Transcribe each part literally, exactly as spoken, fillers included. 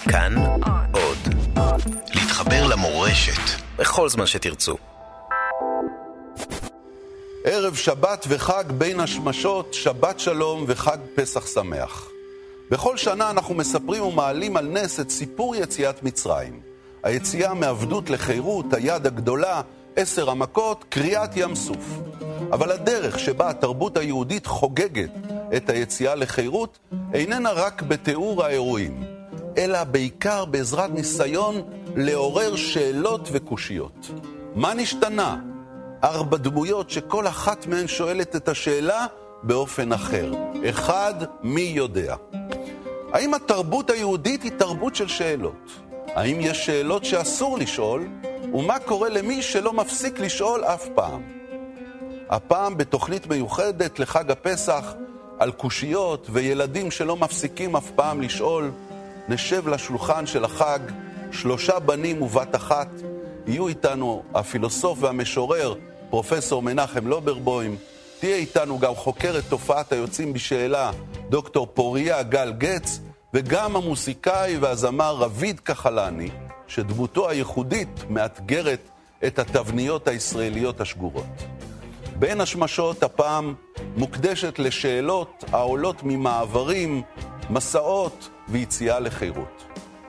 כאן עוד. להתחבר למורשת בכל זמן שתרצו. ערב שבת וחג בין השמשות, שבת שלום וחג פסח שמח. בכל שנה אנחנו מספרים ומעלים על נס את סיפור יציאת מצרים. היציאה מעבדות לחירות, היד הגדולה, עשר המכות, קריאת ים סוף. אבל הדרך שבה התרבות היהודית חוגגת את היציאה לחירות איננה רק בתיאור האירועים, אלא בעיקר בעזרת ניסיון לעורר שאלות וקושיות. מה נשתנה? ארבע דמויות שכל אחת מהן שואלת את השאלה באופן אחר. אחד, מי יודע? האם התרבות היהודית היא תרבות של שאלות? האם יש שאלות שאסור לשאול? ומה קורה למי שלא מפסיק לשאול אף פעם? הפעם בתוכנית מיוחדת לחג הפסח על קושיות וילדים שלא מפסיקים אף פעם לשאול, נשב לשולחן של החג, שלושה בנים ובת אחת. יהיו איתנו הפילוסוף והמשורר פרופסור מנחם לוברבוים, תהיה איתנו גם חוקרת תופעת היוצאים בשאלה דוקטור פוריה גל גץ, וגם המוסיקאי והזמר רביד כחלני, שדמותו הייחודית מאתגרת את התבניות הישראליות השגורות. בין השמשות הפעם מוקדשת לשאלות העולות ממעברים, מסעות ויציאה לחירות.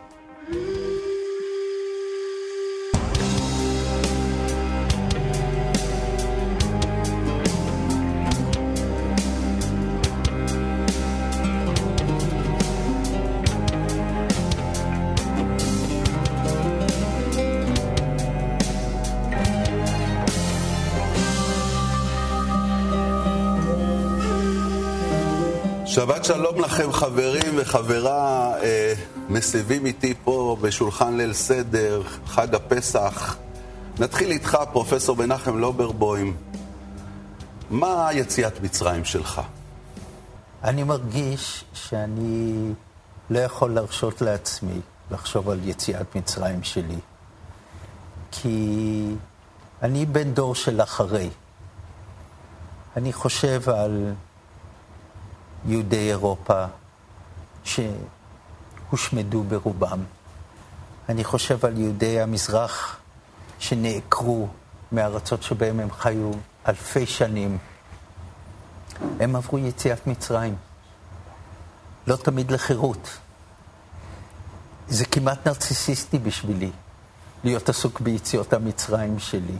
שבת שלום לכם חברים וחברה, אה, מסבים איתי פה בשולחן ליל סדר, חג הפסח. נתחיל איתך פרופסור מנחם לוברבוים. מה יציאת מצרים שלך? אני מרגיש שאני לא יכול להרשות לעצמי לחשוב על יציאת מצרים שלי. כי אני בן דור של אחרי. אני חושב על יהודי אירופה שהושמדו ברובם. אני חושב על יהודי המזרח שנעקרו מארצות שבהם הם חיו אלפי שנים. הם עברו יציאת מצרים. לא תמיד לחירות. זה כמעט נרציסיסטי בשבילי להיות עסוק ביציאות המצרים שלי.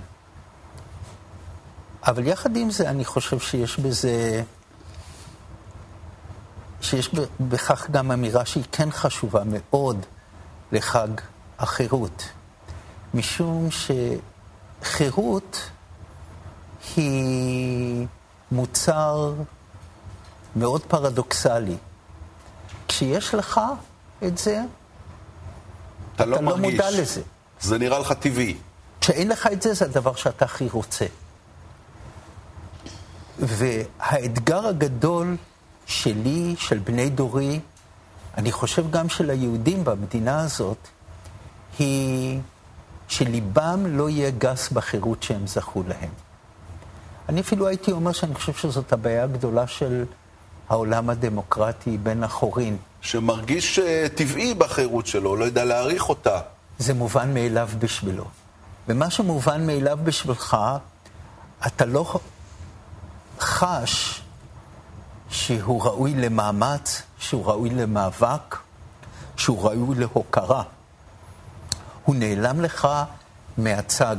אבל יחד עם זה אני חושב שיש בזה שיש בכך גם אמירה שהיא כן חשובה מאוד לחג החירות. משום שחירות היא מוצר מאוד פרדוקסלי. כשיש לך את זה, אתה, אתה לא, לא מודע לזה. זה נראה לך טבעי. כשאין לך את זה, זה הדבר שאתה הכי רוצה. והאתגר הגדול שלי, של בני דורי, אני חושב גם של היהודים במדינה הזאת, היא שליבם לא יהיה גס בחירות שהם זכו להם. אני אפילו הייתי אומר שאני חושב שזאת הבעיה הגדולה של העולם הדמוקרטי בין החורין. שמרגיש טבעי בחירות שלו, לא יודע להעריך אותה. זה מובן מאליו בשבילו. ומה שמובן מאליו בשבילך, אתה לא חש שהוא ראוי למאמץ, שהוא ראוי למאבק, שהוא ראוי להוקרה. הוא נעלם לך מהצג.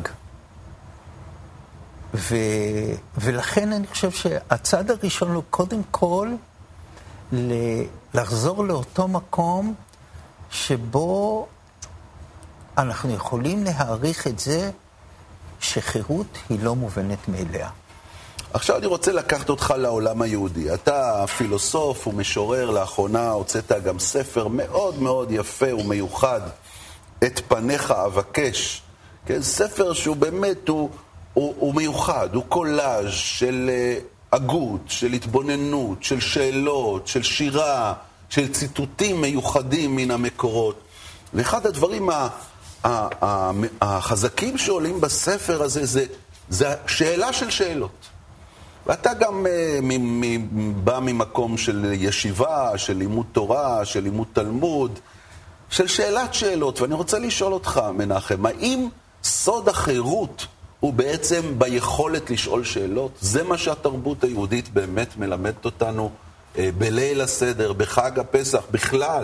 ו... ולכן אני חושב שהצד הראשון הוא קודם כל ל... לחזור לאותו מקום שבו אנחנו יכולים להעריך את זה שחירות היא לא מובנת מאליה. עכשיו אני רוצה לקחת אותך לעולם היהודי. אתה פילוסוף ומשורר, לאחרונה הוצאת גם ספר מאוד מאוד יפה ומיוחד, את פניך אבקש. כן, ספר שהוא באמת, הוא, הוא, הוא מיוחד, הוא קולאז' של הגות, של התבוננות, של שאלות, של שירה, של ציטוטים מיוחדים מן המקורות. ואחד הדברים ה, ה, ה, החזקים שעולים בספר הזה, זה, זה שאלה של שאלות. ואתה גם uh, מ- מ- בא ממקום של ישיבה, של לימוד תורה, של לימוד תלמוד, של שאלת שאלות, ואני רוצה לשאול אותך, מנחם, האם סוד החירות הוא בעצם ביכולת לשאול שאלות? זה מה שהתרבות היהודית באמת מלמדת אותנו אה, בליל הסדר, בחג הפסח, בכלל?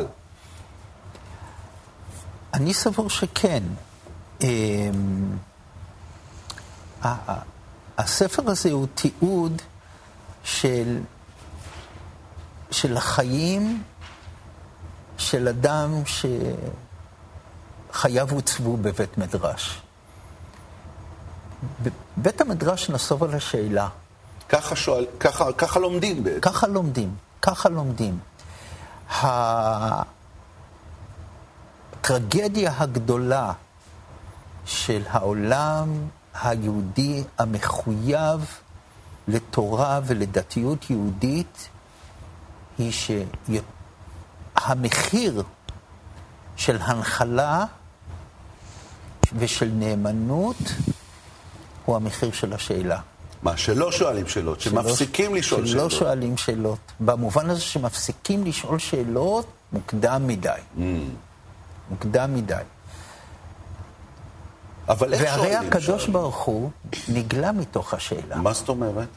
אני סבור שכן. אה, הספר הזה הוא תיעוד של, של החיים של אדם שחייו הוצבו בבית מדרש. בבית המדרש נסוב על השאלה. ככה, שואל, ככה, ככה לומדים בעצם. ככה לומדים, ככה לומדים. הטרגדיה הגדולה של העולם היהודי המחויב לתורה ולדתיות יהודית היא שהמחיר של הנחלה ושל נאמנות הוא המחיר של השאלה. מה, שלא שואלים שאלות, שמפסיקים לשאול שאלות. שלא שואלים שאלות. במובן הזה שמפסיקים לשאול שאלות מוקדם מדי. Mm. מוקדם מדי. אבל איך שואלים? והרי הקדוש שואלים? ברוך הוא נגלה מתוך השאלה. מה זאת אומרת?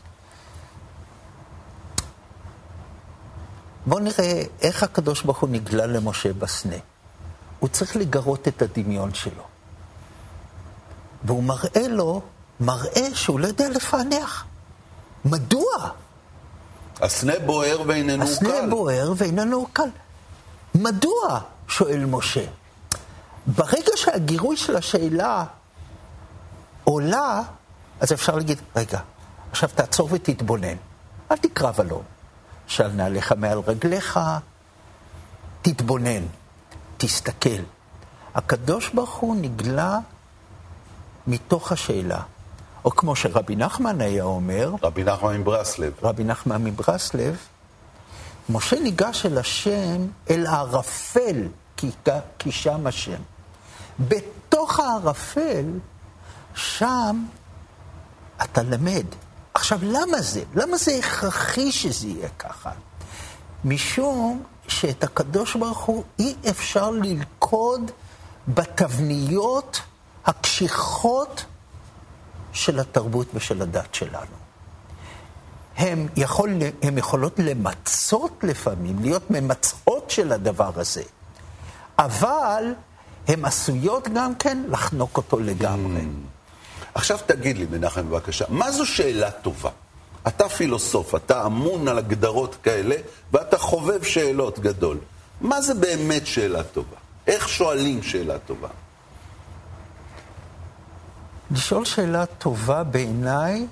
בואו נראה איך הקדוש ברוך הוא נגלה למשה בסנה. הוא צריך לגרות את הדמיון שלו. והוא מראה לו, מראה שהוא לא יודע לפענח. מדוע? הסנה בוער ואיננו קל. הסנה בוער ואיננו קל. מדוע? שואל משה. ברגע שהגירוי של השאלה עולה, אז אפשר להגיד, רגע, עכשיו תעצור ותתבונן. אל תקרא ולא. של נעליך מעל רגליך, תתבונן, תסתכל. הקדוש ברוך הוא נגלה מתוך השאלה. או כמו שרבי נחמן היה אומר, רבי נחמן מברסלב. רבי נחמן מברסלב, משה ניגש אל השם, אל הערפל, כי, כי שם השם. בתוך הערפל, שם אתה למד. עכשיו, למה זה? למה זה הכרחי שזה יהיה ככה? משום שאת הקדוש ברוך הוא אי אפשר ללכוד בתבניות הקשיחות של התרבות ושל הדת שלנו. הם, יכול, הם יכולות למצות לפעמים, להיות ממצאות של הדבר הזה. אבל הן עשויות גם כן לחנוק אותו לגמרי. עכשיו תגיד לי, מנחם, בבקשה, מה זו שאלה טובה? אתה פילוסוף, אתה אמון על הגדרות כאלה, ואתה חובב שאלות גדול. מה זה באמת שאלה טובה? איך שואלים שאלה טובה? לשאול שאלה טובה בעיניי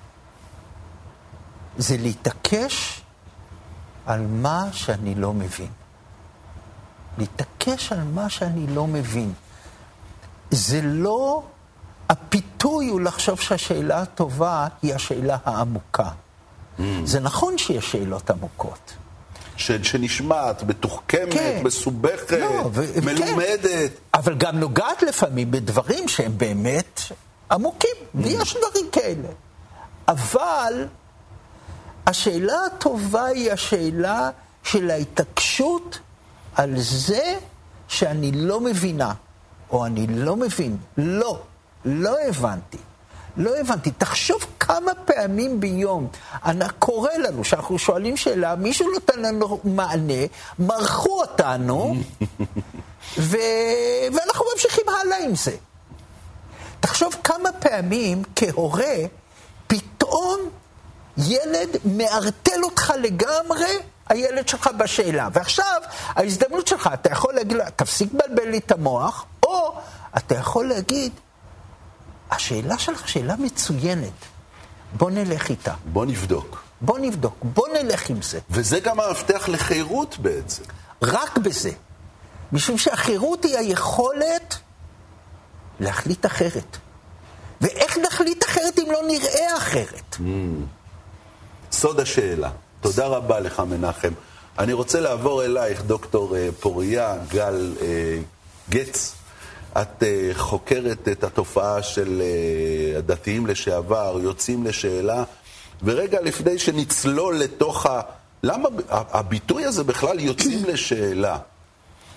זה להתעקש על מה שאני לא מבין. להתעקש על מה שאני לא מבין. זה לא, הפיתוי הוא לחשוב שהשאלה הטובה היא השאלה העמוקה. Mm. זה נכון שיש שאלות עמוקות. ש, שנשמעת, מתוחכמת, כן. מסובכת, לא, ו- מלומדת. כן. אבל גם נוגעת לפעמים בדברים שהם באמת עמוקים, mm. ויש דברים כאלה. אבל השאלה הטובה היא השאלה של ההתעקשות על זה שאני לא מבינה, או אני לא מבין. לא, לא הבנתי. לא הבנתי. תחשוב כמה פעמים ביום קורה לנו, שאנחנו שואלים שאלה, מישהו נותן לנו מענה, מרחו אותנו, ו... ואנחנו ממשיכים הלאה עם זה. תחשוב כמה פעמים כהורה, פתאום ילד מערטל אותך לגמרי, הילד שלך בשאלה. ועכשיו, ההזדמנות שלך, אתה יכול להגיד לה, תפסיק בלבל לי את המוח, או אתה יכול להגיד, השאלה שלך שאלה מצוינת. בוא נלך איתה. בוא נבדוק. בוא נבדוק, בוא נלך עם זה. וזה גם המפתח לחירות בעצם. רק בזה. משום שהחירות היא היכולת להחליט אחרת. ואיך נחליט אחרת אם לא נראה אחרת? Mm. סוד השאלה. תודה רבה לך, מנחם. אני רוצה לעבור אלייך, דוקטור פוריה גל גץ. את חוקרת את התופעה של הדתיים לשעבר, יוצאים לשאלה, ורגע לפני שנצלול לתוך ה... למה הביטוי הזה בכלל יוצאים לשאלה?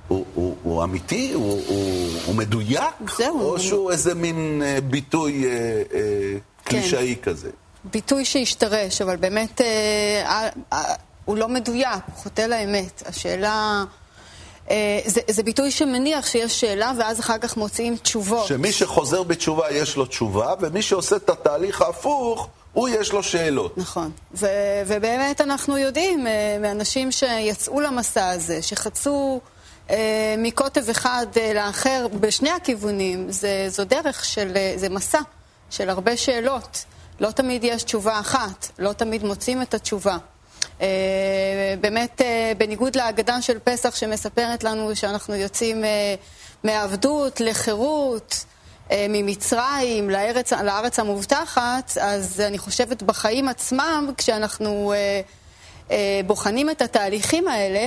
הוא, הוא, הוא אמיתי? הוא, הוא, הוא מדויק? זהו. או שהוא איזה מין אה, ביטוי אה, אה, קלישאי כן. כזה? ביטוי שהשתרש, אבל באמת אה, אה, אה, הוא לא מדויק, הוא חוטא לאמת. השאלה... אה, זה, זה ביטוי שמניח שיש שאלה, ואז אחר כך מוצאים תשובות. שמי שחוזר בתשובה יש לו תשובה, ומי שעושה את התהליך ההפוך, הוא יש לו שאלות. נכון. ו- ובאמת אנחנו יודעים אה, מאנשים שיצאו למסע הזה, שחצו אה, מקוטב אחד אה, לאחר בשני הכיוונים, זה, זו דרך של, אה, זה מסע של הרבה שאלות. לא תמיד יש תשובה אחת, לא תמיד מוצאים את התשובה. Uh, באמת uh, בניגוד להגדה של פסח שמספרת לנו שאנחנו יוצאים uh, מעבדות לחירות, uh, ממצרים לארץ, לארץ המובטחת, אז אני חושבת בחיים עצמם כשאנחנו uh, uh, בוחנים את התהליכים האלה,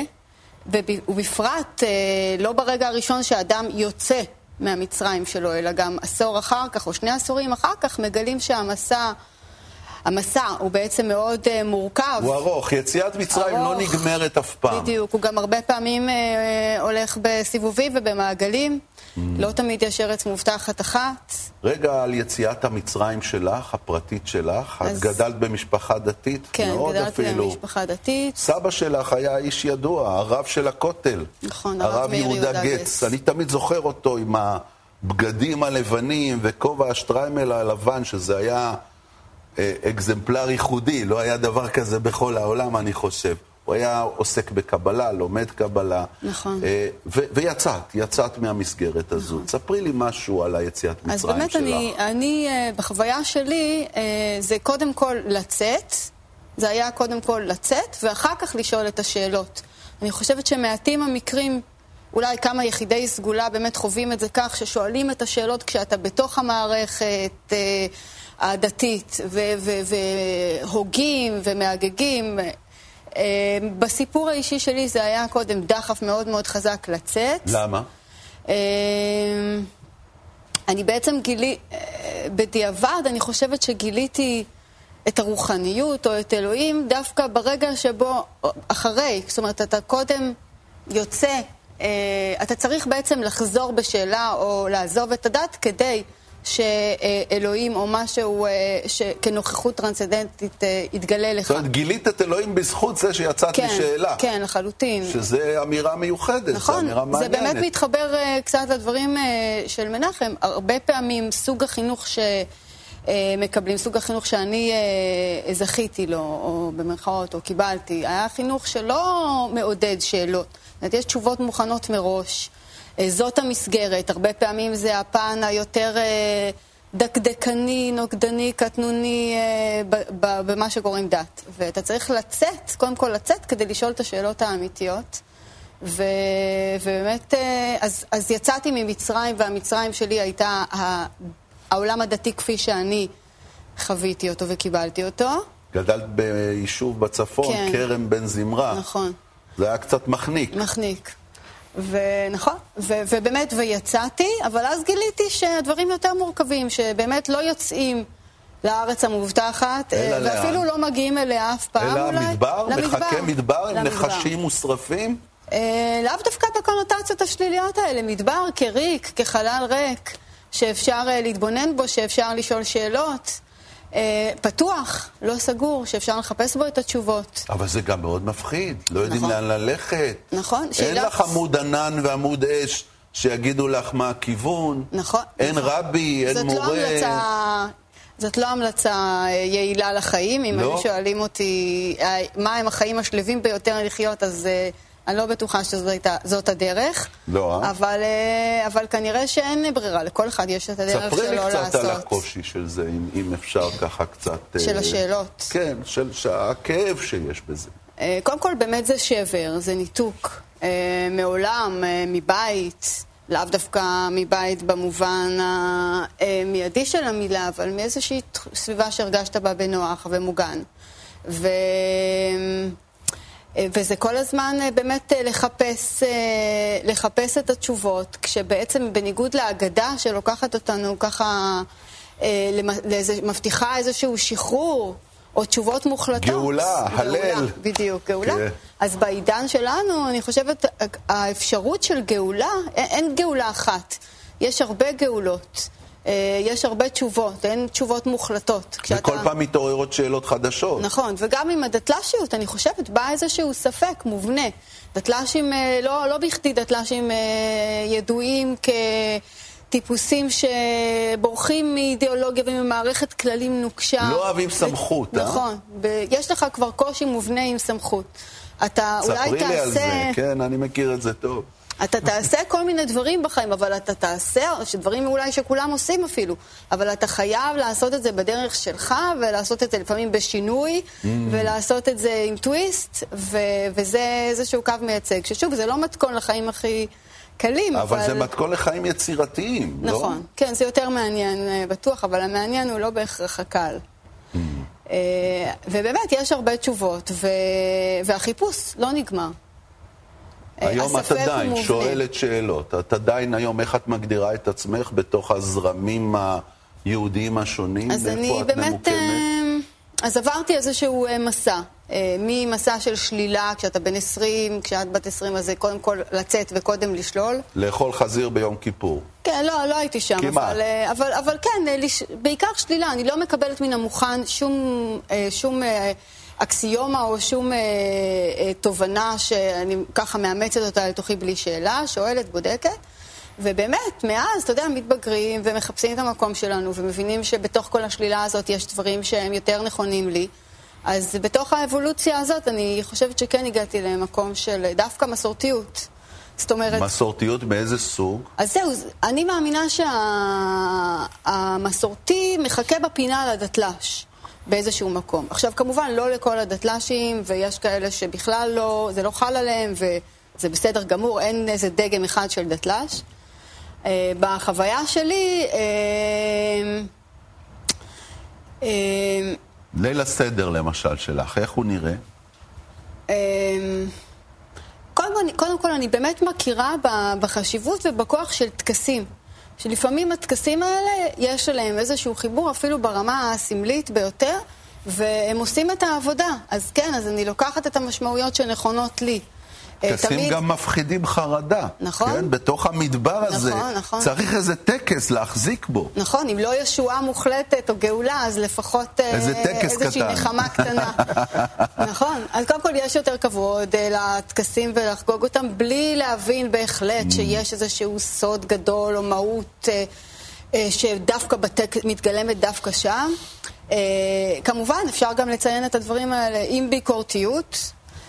ובפרט uh, לא ברגע הראשון שאדם יוצא מהמצרים שלו, אלא גם עשור אחר כך או שני עשורים אחר כך מגלים שהמסע המסע הוא בעצם מאוד uh, מורכב. הוא ארוך, יציאת מצרים ארוך, לא נגמרת אף פעם. בדיוק, הוא גם הרבה פעמים uh, הולך בסיבובים ובמעגלים, mm. לא תמיד יש ארץ מובטחת אחת. רגע על יציאת המצרים שלך, הפרטית שלך, אז... את גדלת במשפחה דתית? כן, מאוד גדלתי אפילו. במשפחה דתית. סבא שלך היה איש ידוע, הרב של הכותל. נכון, הרב, הרב מאיר יהודה גץ. גץ. אני תמיד זוכר אותו עם הבגדים הלבנים וכובע השטריימל הלבן, שזה היה... אקזמפלר ייחודי, לא היה דבר כזה בכל העולם, אני חושב. הוא היה עוסק בקבלה, לומד קבלה. נכון. ו- ויצאת, יצאת מהמסגרת הזו. נכון. ספרי לי משהו על היציאת מצרים שלך. אז באמת אני, אני, בחוויה שלי, זה קודם כל לצאת, זה היה קודם כל לצאת, ואחר כך לשאול את השאלות. אני חושבת שמעטים המקרים, אולי כמה יחידי סגולה באמת חווים את זה כך, ששואלים את השאלות כשאתה בתוך המערכת, הדתית, והוגים ומאגגים. בסיפור האישי שלי זה היה קודם דחף מאוד מאוד חזק לצאת. למה? אני בעצם גילי, בדיעבד אני חושבת שגיליתי את הרוחניות או את אלוהים דווקא ברגע שבו, אחרי, זאת אומרת, אתה קודם יוצא, אתה צריך בעצם לחזור בשאלה או לעזוב את הדת כדי שאלוהים או משהו כנוכחות טרנסצנדנטית יתגלה לך. זאת אומרת, גילית את אלוהים בזכות זה שיצאת כן, משאלה. כן, לחלוטין. שזה אמירה מיוחדת, נכון, זה אמירה מעניינת. זה באמת מתחבר קצת לדברים של מנחם. הרבה פעמים סוג החינוך שמקבלים, סוג החינוך שאני זכיתי לו, או במרכאות, או קיבלתי, היה חינוך שלא מעודד שאלות. זאת אומרת, יש תשובות מוכנות מראש. זאת המסגרת, הרבה פעמים זה הפן היותר דקדקני, נוקדני, קטנוני במה שקוראים דת. ואתה צריך לצאת, קודם כל לצאת כדי לשאול את השאלות האמיתיות. ו... ובאמת, אז, אז יצאתי ממצרים, והמצרים שלי הייתה העולם הדתי כפי שאני חוויתי אותו וקיבלתי אותו. גדלת ביישוב בצפון, כן. כרם בן זמרה. נכון. זה היה קצת מחניק. מחניק. ונכון, ו- ובאמת ויצאתי, אבל אז גיליתי שהדברים יותר מורכבים, שבאמת לא יוצאים לארץ המובטחת, ואפילו לא מגיעים אליה אף פעם. אלא אולי, המדבר, מחכה מדבר עם נחשים ושרפים? אה, לאו דווקא בקונוטציות השליליות האלה, מדבר כריק, כחלל ריק, שאפשר אה, להתבונן בו, שאפשר לשאול שאלות. פתוח, לא סגור, שאפשר לחפש בו את התשובות. אבל זה גם מאוד מפחיד, לא יודעים לאן ללכת. נכון. אין לך עמוד ענן ועמוד אש שיגידו לך מה הכיוון. נכון. אין רבי, אין מורה. זאת לא המלצה יעילה לחיים. אם היו שואלים אותי מה הם החיים השלבים ביותר לחיות, אז אני לא בטוחה שזאת הדרך. לא, אה? אבל, אבל כנראה שאין ברירה, לכל אחד יש את הדרך שלו לעשות. ספרי לי קצת על הקושי של זה, אם, אם אפשר ככה קצת... של השאלות. כן, של, של הכאב שיש בזה. קודם כל, באמת זה שבר, זה ניתוק. מעולם, מבית, לאו דווקא מבית במובן המיידי של המילה, אבל מאיזושהי סביבה שהרגשת בה בנוח ומוגן. ו... וזה כל הזמן באמת לחפש, לחפש את התשובות, כשבעצם בניגוד להגדה שלוקחת אותנו ככה, מבטיחה איזשהו שחרור, או תשובות מוחלטות. גאולה, הלל. בדיוק, גאולה. אז בעידן שלנו, אני חושבת, האפשרות של גאולה, אין גאולה אחת. יש הרבה גאולות. יש הרבה תשובות, אין תשובות מוחלטות. וכל פעם מתעוררות שאלות חדשות. נכון, וגם עם הדתל"שיות, אני חושבת, בא איזשהו ספק מובנה. דתל"שים, לא, לא בכדי דתל"שים ידועים כטיפוסים שבורחים מאידיאולוגיה וממערכת כללים נוקשה. לא אוהבים סמכות, ו... אה? נכון, יש לך כבר קושי מובנה עם סמכות. אתה אולי תעשה... ספרי לי על זה, כן, אני מכיר את זה טוב. אתה תעשה כל מיני דברים בחיים, אבל אתה תעשה, שדברים אולי שכולם עושים אפילו, אבל אתה חייב לעשות את זה בדרך שלך, ולעשות את זה לפעמים בשינוי, mm. ולעשות את זה עם טוויסט, ו- וזה איזשהו קו מייצג. ששוב, זה לא מתכון לחיים הכי קלים, אבל... אבל זה מתכון לחיים יצירתיים, נכון, לא? נכון, כן, זה יותר מעניין בטוח, אבל המעניין הוא לא בהכרח הקל. Mm. ובאמת, יש הרבה תשובות, ו- והחיפוש לא נגמר. היום את עדיין שואלת שאלות. את עדיין היום, איך את מגדירה את עצמך בתוך הזרמים היהודיים השונים? אז אני באמת... אז עברתי איזשהו מסע. ממסע של שלילה, כשאתה בן עשרים, כשאת בת עשרים, אז זה קודם כל לצאת וקודם לשלול. לאכול חזיר ביום כיפור. כן, לא, לא הייתי שם. כמעט. אבל, אבל, אבל כן, בעיקר שלילה. אני לא מקבלת מן המוכן שום... שום אקסיומה או שום אה, אה, תובנה שאני ככה מאמצת אותה לתוכי בלי שאלה, שואלת, בודקת. ובאמת, מאז, אתה יודע, מתבגרים ומחפשים את המקום שלנו ומבינים שבתוך כל השלילה הזאת יש דברים שהם יותר נכונים לי. אז בתוך האבולוציה הזאת אני חושבת שכן הגעתי למקום של דווקא מסורתיות. זאת אומרת... מסורתיות באיזה סוג? אז זהו, אני מאמינה שהמסורתי מחכה בפינה לדתל"ש. באיזשהו מקום. עכשיו, כמובן, לא לכל הדתל"שים, ויש כאלה שבכלל לא, זה לא חל עליהם, וזה בסדר גמור, אין איזה דגם אחד של דתל"ש. אה, בחוויה שלי... אה, אה, ליל הסדר, למשל, שלך, איך הוא נראה? אה, קודם, קודם כל, אני באמת מכירה בחשיבות ובכוח של תקסים. שלפעמים הטקסים האלה יש עליהם איזשהו חיבור אפילו ברמה הסמלית ביותר, והם עושים את העבודה. אז כן, אז אני לוקחת את המשמעויות שנכונות לי. טקסים תמיד... גם מפחידים חרדה. נכון. כן? בתוך המדבר הזה נכון, נכון. צריך איזה טקס להחזיק בו. נכון, אם לא ישועה מוחלטת או גאולה, אז לפחות איזה טקס איזושהי קטן. נחמה קטנה. נכון, אז קודם כל יש יותר כבוד לטקסים ולחגוג אותם, בלי להבין בהחלט שיש איזשהו סוד גדול או מהות שדווקא בטקס, מתגלמת דווקא שם. כמובן, אפשר גם לציין את הדברים האלה עם ביקורתיות,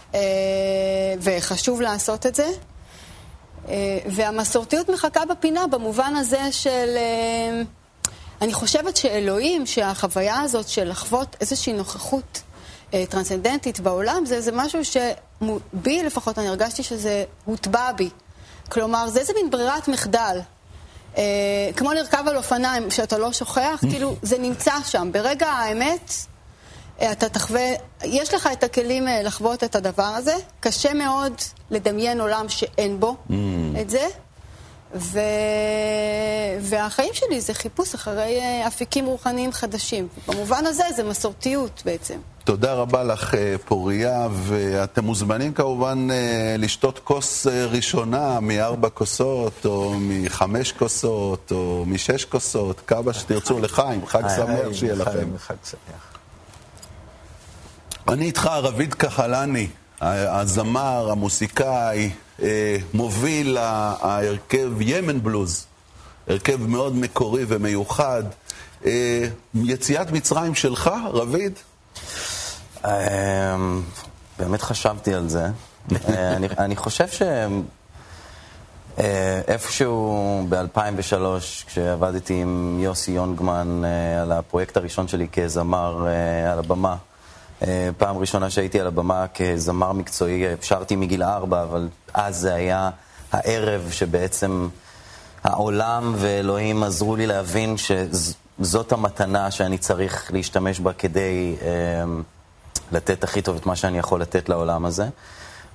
וחשוב לעשות את זה. והמסורתיות מחכה בפינה במובן הזה של... אני חושבת שאלוהים, שהחוויה הזאת של לחוות איזושהי נוכחות טרנסצנדנטית בעולם, זה, זה משהו שבי לפחות אני הרגשתי שזה הוטבע בי. כלומר, זה איזה מין ברירת מחדל. כמו לרכב על אופניים, שאתה לא שוכח, כאילו זה נמצא שם. ברגע האמת... אתה תחווה, יש לך את הכלים לחוות את הדבר הזה, קשה מאוד לדמיין עולם שאין בו mm. את זה, ו... והחיים שלי זה חיפוש אחרי אפיקים רוחניים חדשים. במובן הזה זה מסורתיות בעצם. תודה רבה לך פוריה, ואתם מוזמנים כמובן לשתות כוס ראשונה מארבע כוסות, או מחמש כוסות, או משש כוסות, כמה שתרצו לחיים, חג שמח שיהיה לכם. חג שמח. אני איתך, רביד כחלני, הזמר, המוסיקאי, מוביל ההרכב ימן בלוז, הרכב מאוד מקורי ומיוחד. יציאת מצרים שלך, רביד? באמת חשבתי על זה. אני חושב שאיפשהו ב-אלפיים ושלוש, כשעבדתי עם יוסי יונגמן על הפרויקט הראשון שלי כזמר על הבמה, פעם ראשונה שהייתי על הבמה כזמר מקצועי, שרתי מגיל ארבע, אבל אז זה היה הערב שבעצם העולם ואלוהים עזרו לי להבין שזאת המתנה שאני צריך להשתמש בה כדי לתת הכי טוב את מה שאני יכול לתת לעולם הזה.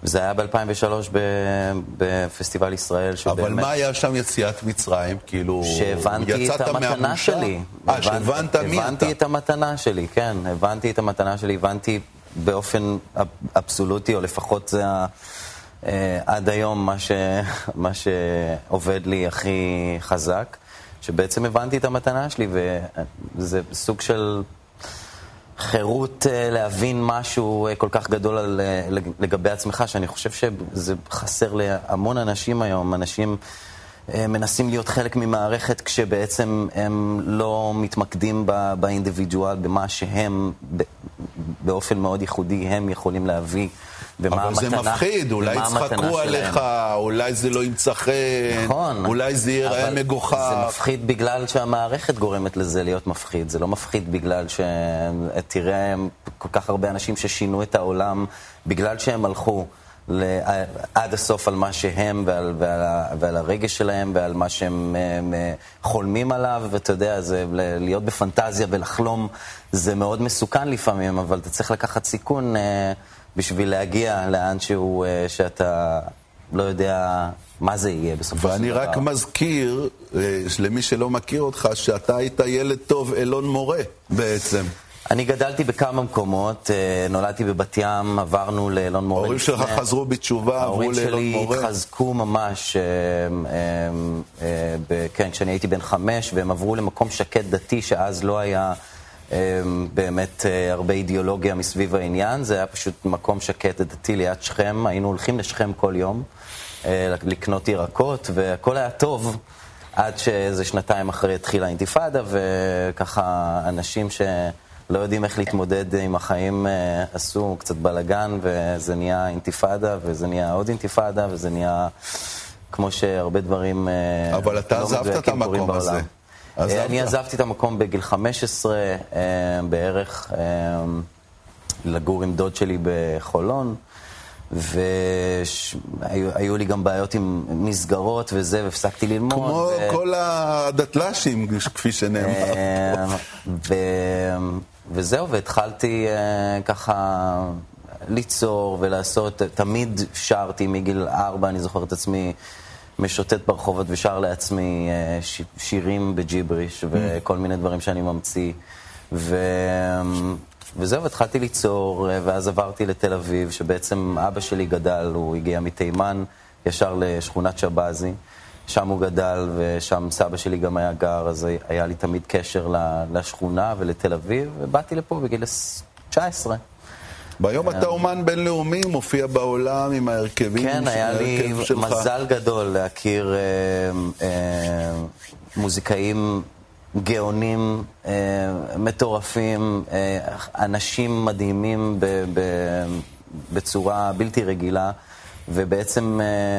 וזה היה ב-אלפיים ושלוש בפסטיבל ישראל. אבל מה היה שם יציאת מצרים? כאילו, שהבנתי את המתנה שלי. אה, שהבנת מי אתה? הבנתי את המתנה שלי, כן. הבנתי את המתנה שלי, הבנתי באופן אבסולוטי, או לפחות זה עד היום מה שעובד לי הכי חזק, שבעצם הבנתי את המתנה שלי, וזה סוג של חירות להבין משהו כל כך גדול על, לגבי עצמך, שאני חושב שזה חסר להמון אנשים היום. אנשים מנסים להיות חלק ממערכת כשבעצם הם לא מתמקדים באינדיבידואל, במה שהם באופן מאוד ייחודי הם יכולים להביא. אבל זה מפחיד, אולי יצחקו עליך, אולי זה לא ימצא חן, נכון, אולי זה יראה מגוחך. זה מפחיד בגלל שהמערכת גורמת לזה להיות מפחיד, זה לא מפחיד בגלל שתראה כל כך הרבה אנשים ששינו את העולם, בגלל שהם הלכו עד הסוף על מה שהם ועל, ועל, ועל הרגש שלהם ועל מה שהם חולמים עליו, ואתה יודע, זה להיות בפנטזיה ולחלום זה מאוד מסוכן לפעמים, אבל אתה צריך לקחת סיכון בשביל להגיע לאן שהוא, שאתה לא יודע מה זה יהיה בסופו של דבר. ואני רק מזכיר, למי שלא מכיר אותך, שאתה היית ילד טוב אלון מורה בעצם. אני גדלתי בכמה מקומות, נולדתי בבת ים, עברנו לאלון מורה. ההורים שלך חזרו בתשובה, עברו לאלון מורה. ההורים שלי התחזקו ממש, כן, כשאני הייתי בן חמש, והם עברו למקום שקט דתי, שאז לא היה באמת הרבה אידיאולוגיה מסביב העניין, זה היה פשוט מקום שקט דתי ליד שכם, היינו הולכים לשכם כל יום, לקנות ירקות, והכל היה טוב, עד שאיזה שנתיים אחרי התחילה האינתיפאדה, וככה אנשים שלא יודעים איך להתמודד עם החיים עשו קצת בלגן, וזה נהיה אינתיפאדה, וזה נהיה עוד אינתיפאדה, וזה נהיה כמו שהרבה דברים אבל אתה עזבת את המקום הזה. אני עזבתי את המקום בגיל חמש עשרה בערך, לגור עם דוד שלי בחולון, והיו לי גם בעיות עם מסגרות וזה, והפסקתי ללמוד. כמו כל הדתל"שים, כפי שנאמר פה. וזהו, והתחלתי ככה ליצור ולעשות, תמיד שרתי מגיל ארבע, אני זוכר את עצמי משוטט ברחובות ושר לעצמי שירים בג'יבריש וכל מיני דברים שאני ממציא. ו... וזהו, התחלתי ליצור, ואז עברתי לתל אביב, שבעצם אבא שלי גדל, הוא הגיע מתימן ישר לשכונת שבזי, שם הוא גדל ושם סבא שלי גם היה גר, אז היה לי תמיד קשר לשכונה ולתל אביב, ובאתי לפה בגיל תשע עשרה. ביום אתה אומן בינלאומי, מופיע בעולם עם ההרכבים. כן, היה לי מזל גדול להכיר מוזיקאים גאונים, מטורפים, אנשים מדהימים בצורה בלתי רגילה, ובעצם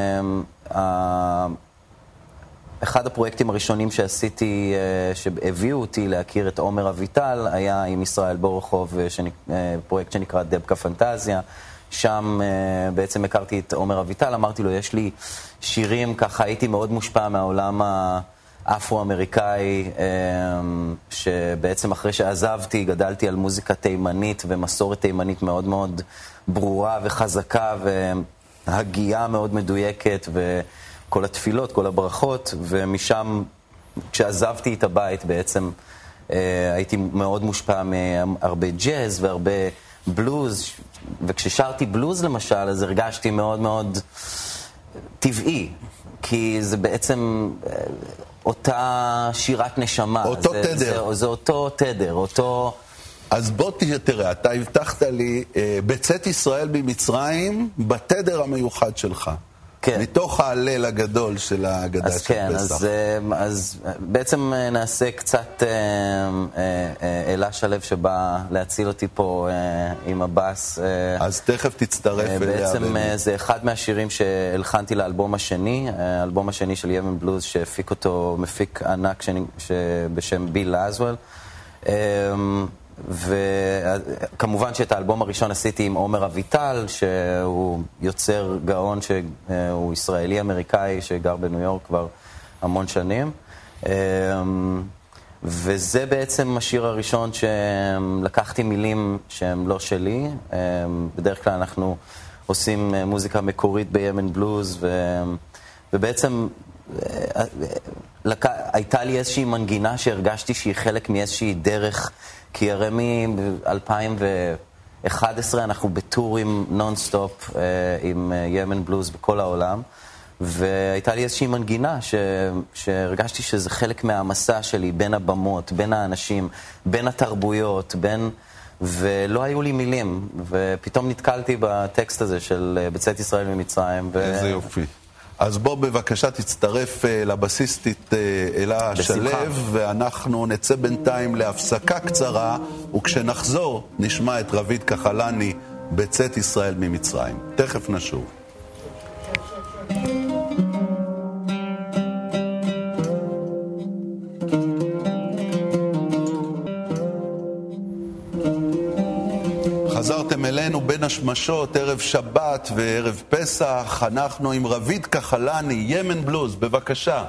אחד הפרויקטים הראשונים שעשיתי, שהביאו אותי להכיר את עומר אביטל, היה עם ישראל בורחוב, פרויקט שנקרא דבקה פנטזיה. שם בעצם הכרתי את עומר אביטל, אמרתי לו, יש לי שירים, ככה הייתי מאוד מושפע מהעולם האפרו-אמריקאי, שבעצם אחרי שעזבתי, גדלתי על מוזיקה תימנית ומסורת תימנית מאוד מאוד ברורה וחזקה, והגייה מאוד מדויקת, ו... כל התפילות, כל הברכות, ומשם, כשעזבתי את הבית בעצם, הייתי מאוד מושפע מהרבה ג'אז והרבה בלוז, וכששרתי בלוז למשל, אז הרגשתי מאוד מאוד טבעי, כי זה בעצם אותה שירת נשמה. אותו זה, תדר. זה, זה אותו תדר, אותו... אז בוא תראה, אתה הבטחת לי, בצאת ישראל במצרים, בתדר המיוחד שלך. כן. מתוך ההלל הגדול של ההגדה של כן, פסח. אז, אז בעצם נעשה קצת אלה שלו שבא להציל אותי פה עם הבאס. אז תכף תצטרף אליה. בעצם זה אחד מהשירים שהלחנתי לאלבום השני, האלבום השני של יבן בלוז שהפיק אותו מפיק ענק בשם ביל לזוול. וכמובן שאת האלבום הראשון עשיתי עם עומר אביטל, שהוא יוצר גאון שהוא ישראלי אמריקאי שגר בניו יורק כבר המון שנים, וזה בעצם השיר הראשון שלקחתי מילים שהם לא שלי. בדרך כלל אנחנו עושים מוזיקה מקורית בימן בלוז, ו... ובעצם לק... הייתה לי איזושהי מנגינה שהרגשתי שהיא חלק מאיזושהי דרך, כי הרי מ-אלפיים ואחת עשרה אנחנו בטורים נונסטופ עם ימן בלוז בכל העולם, והייתה לי איזושהי מנגינה ש... שהרגשתי שזה חלק מהמסע שלי בין הבמות, בין האנשים, בין התרבויות, בין... ולא היו לי מילים, ופתאום נתקלתי בטקסט הזה של בצאת ישראל ממצרים. ו... איזה יופי. אז בוא בבקשה תצטרף לבסיסטית אלה שלו, ואנחנו נצא בינתיים להפסקה קצרה, וכשנחזור נשמע את רביד כחלני בצאת ישראל ממצרים. תכף נשוב. חזרתם אלינו בין השמשות, ערב שבת וערב פסח. אנחנו עם רביד כחלני, ימן בלוז, בבקשה.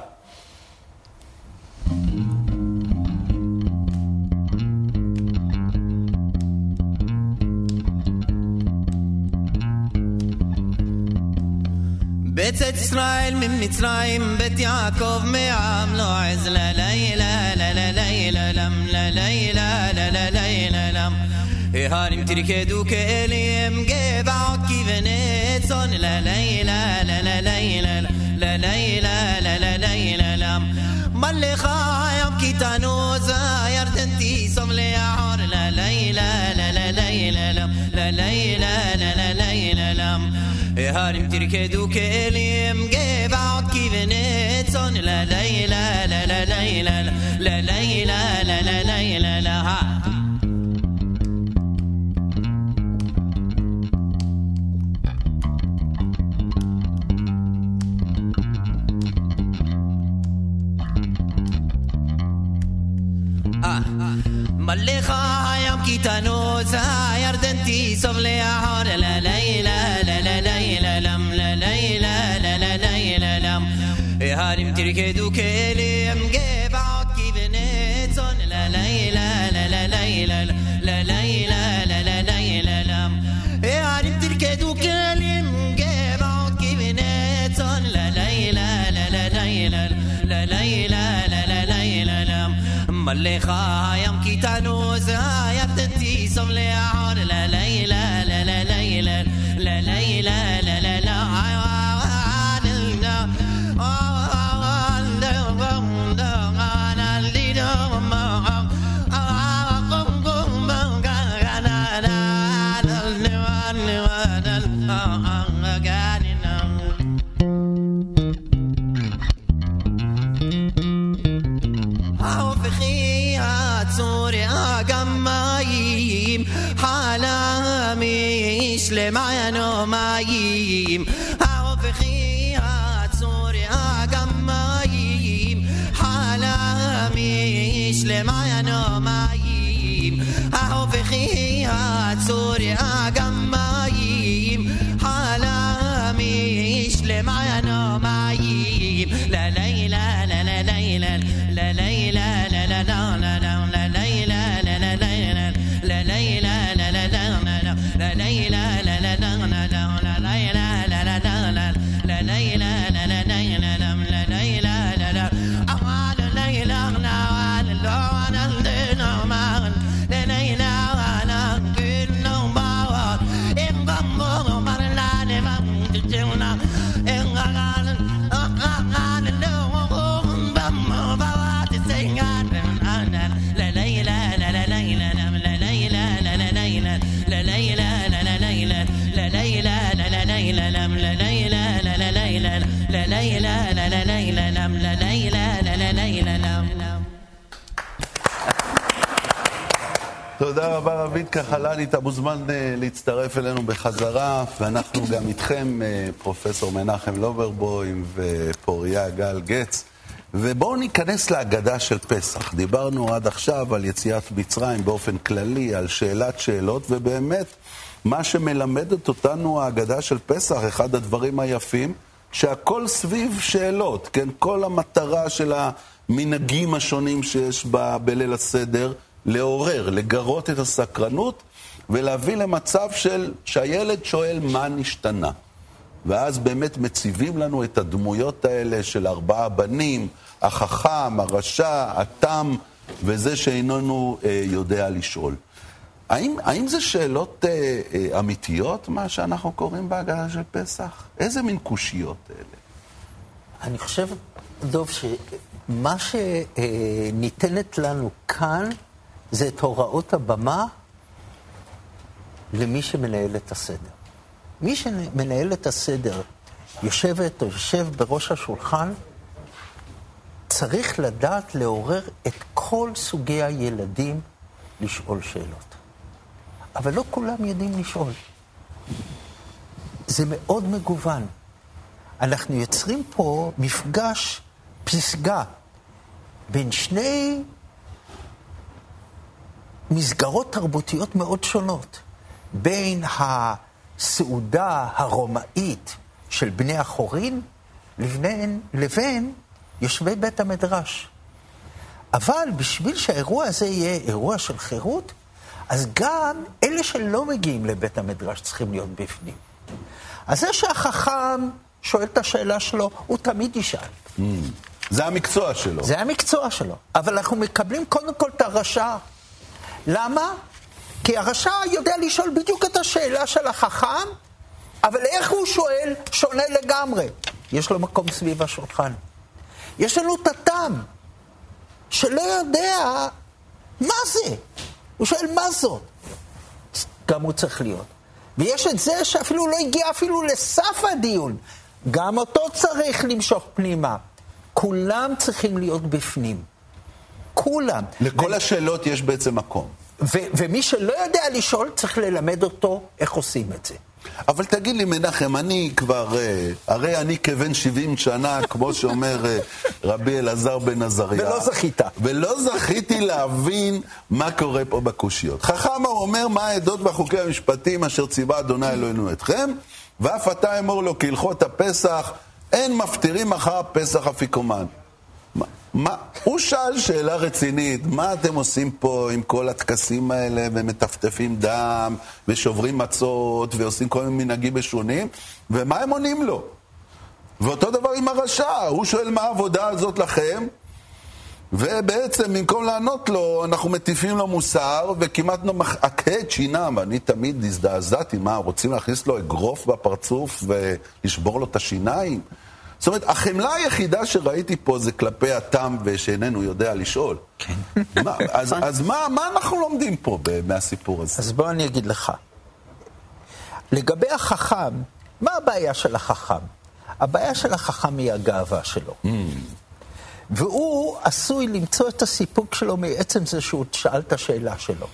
בצאת ישראל ממצרים, בית יעקב מעם לא עז לה לילה לה לה לילה לם לה לילה לה לה לילה לם ההרים תרקדו כאלים גבעות כבנצון לה לילה לה לה לילה לה לילה לה לה לילה לם מלך הים כתנוז הירדן תיסום לעור לה לילה לה לה לילה לם לה לילה לה לה לילה לם ההרים תרקדו כאלים גבעות כבנצון לה לילה לה לה לילה לה לילה לה לה לילה לה מלך הים כתנוז הירדן תיסוב לעור לה לילה לה לה לילה לם לה לילה לה לה לילה לם ההרים תרקדו כאלים גבעות כבנצון לה לילה לה לה לילה לה לילה לה לה לילה לם ההרים תרקדו כאלים גבעות כבנצון לה לילה לה לה לילה לה לילה לה לה לילה לם מלך הים כתנוז הירדן תיסום לעור לה לילה לה לה לילה לה לילה לה לה לה למעיינו מים ההופכי הצור גם מים חלמיש למעיינו מים ההופכי הצור גם מים חלמיש למעיינו מים לה לילה לה לה לילה לה לילה לה לה לה לה לה לילה לה לה לילה לה לילה لا لا لا لا لا תודה רבה רביד כחלני, אתה מוזמן להצטרף אלינו בחזרה, ואנחנו גם איתכם, פרופסור מנחם לוברבוים ופוריה גל גץ. ובואו ניכנס להגדה של פסח. דיברנו עד עכשיו על יציאת מצרים באופן כללי, על שאלת שאלות, ובאמת מה שמלמדת אותנו ההגדה של פסח, אחד הדברים היפים, שהכל סביב שאלות, כן? כל המטרה של המנהגים השונים שיש בה בליל הסדר, לעורר, לגרות את הסקרנות, ולהביא למצב של שהילד שואל מה נשתנה. ואז באמת מציבים לנו את הדמויות האלה של ארבעה בנים, החכם, הרשע, התם, וזה שאיננו אה, יודע לשאול. האם, האם זה שאלות אה, אה, אמיתיות, מה שאנחנו קוראים בהגדה של פסח? איזה מין קושיות אלה? אני חושב, דוב, שמה שניתנת לנו כאן זה את הוראות הבמה למי שמנהל את הסדר. מי שמנהל את הסדר, יושבת או יושב בראש השולחן, צריך לדעת לעורר את כל סוגי הילדים לשאול שאלות. אבל לא כולם יודעים לשאול. זה מאוד מגוון. אנחנו יוצרים פה מפגש, פסגה, בין שני מסגרות תרבותיות מאוד שונות. בין הסעודה הרומאית של בני החורין לבין, לבין יושבי בית המדרש. אבל בשביל שהאירוע הזה יהיה אירוע של חירות, אז גם אלה שלא מגיעים לבית המדרש צריכים להיות בפנים. אז זה שהחכם שואל את השאלה שלו, הוא תמיד ישאל. Mm, זה המקצוע שלו. זה המקצוע שלו. אבל אנחנו מקבלים קודם כל את הרשע. למה? כי הרשע יודע לשאול בדיוק את השאלה של החכם, אבל איך הוא שואל שונה לגמרי. יש לו מקום סביב השולחן. יש לנו את התם, שלא יודע מה זה. הוא שואל מה זאת. גם הוא צריך להיות. ויש את זה שאפילו לא הגיע אפילו לסף הדיון. גם אותו צריך למשוך פנימה. כולם צריכים להיות בפנים. כולם. לכל ו... השאלות יש בעצם מקום. ו- ומי שלא יודע לשאול, צריך ללמד אותו איך עושים את זה. אבל תגיד לי, מנחם, אני כבר, הרי אני כבן שבעים שנה, כמו שאומר רבי אלעזר בן עזריה. ולא זכית. ולא זכיתי להבין מה קורה פה בקושיות. חכם אומר, מה העדות והחוקי המשפטים אשר ציווה אדוני אלוהינו אתכם, ואף אתה אמור לו כהלכות הפסח, אין מפטירים אחר פסח אפיקומן. מה, מה, הוא שאל שאלה רצינית, מה אתם עושים פה עם כל הטקסים האלה, ומטפטפים דם, ושוברים מצות, ועושים כל מיני מנהגים משונים, ומה הם עונים לו? ואותו דבר עם הרשע, הוא שואל מה העבודה הזאת לכם, ובעצם במקום לענות לו, אנחנו מטיפים לו מוסר, וכמעט נמחקה את שינם, ואני תמיד הזדעזעתי, מה, רוצים להכניס לו אגרוף בפרצוף, ולשבור לו את השיניים? זאת אומרת, החמלה היחידה שראיתי פה זה כלפי התם ושאיננו יודע לשאול. כן. מה, אז, אז מה, מה אנחנו לומדים פה מהסיפור הזה? אז בוא אני אגיד לך. לגבי החכם, מה הבעיה של החכם? הבעיה של החכם היא הגאווה שלו. Mm. והוא עשוי למצוא את הסיפוק שלו מעצם זה שהוא שאל את השאלה שלו.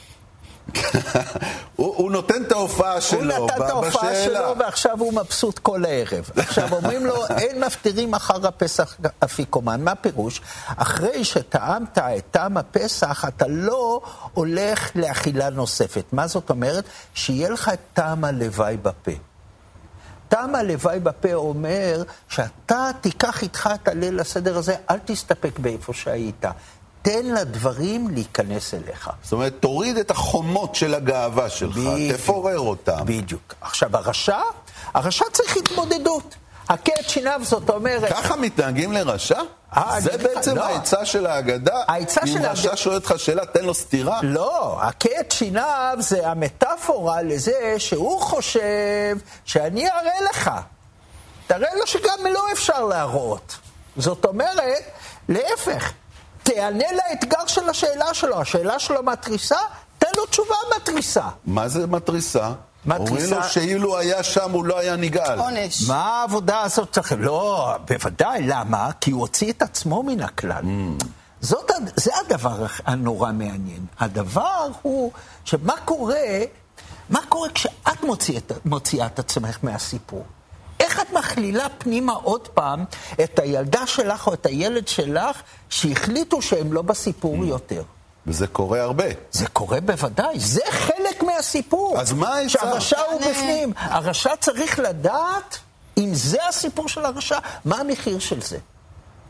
הוא, הוא נותן את ההופעה שלו בשאלה. הוא נתן את ההופעה שלו ועכשיו הוא מבסוט כל הערב. עכשיו אומרים לו, אין מפטירים אחר הפסח אפיקומן. מה פירוש? אחרי שטעמת את טעם הפסח, אתה לא הולך לאכילה נוספת. מה זאת אומרת? שיהיה לך את טעם הלוואי בפה. טעם הלוואי בפה אומר שאתה תיקח איתך את הליל הסדר הזה, אל תסתפק באיפה שהיית. תן לדברים להיכנס אליך. זאת אומרת, תוריד את החומות של הגאווה שלך, בדיוק, תפורר אותם. בדיוק. עכשיו, הרשע, הרשע צריך התמודדות. הכה את שיניו, זאת אומרת... ככה מתנהגים לרשע? זה בעצם לא. העצה של ההגדה? העצה אם של רשע ההגדה... שואל אותך שאלה, תן לו סתירה? לא, הכה את שיניו זה המטאפורה לזה שהוא חושב שאני אראה לך. תראה לו שגם לא אפשר להראות. זאת אומרת, להפך. תענה לאתגר של השאלה שלו. השאלה שלו מטריסה, תן לו תשובה מטריסה. מה זה מטריסה? מטריסה... אומרים לו שאילו היה שם הוא לא היה נגאל. עונש. מה העבודה הזאת צריך? לא, בוודאי. למה? כי הוא הוציא את עצמו מן הכלל. Mm. זאת, זה הדבר הנורא מעניין. הדבר הוא שמה קורה, מה קורה כשאת מוציאה, מוציאה את עצמך מהסיפור? איך את מכלילה פנימה עוד פעם את הילדה שלך או את הילד שלך שהחליטו שהם לא בסיפור יותר? וזה קורה הרבה. זה קורה בוודאי. זה חלק מהסיפור. אז מה העצה? שהרשע הוא בפנים. הרשע צריך לדעת, אם זה הסיפור של הרשע, מה המחיר של זה?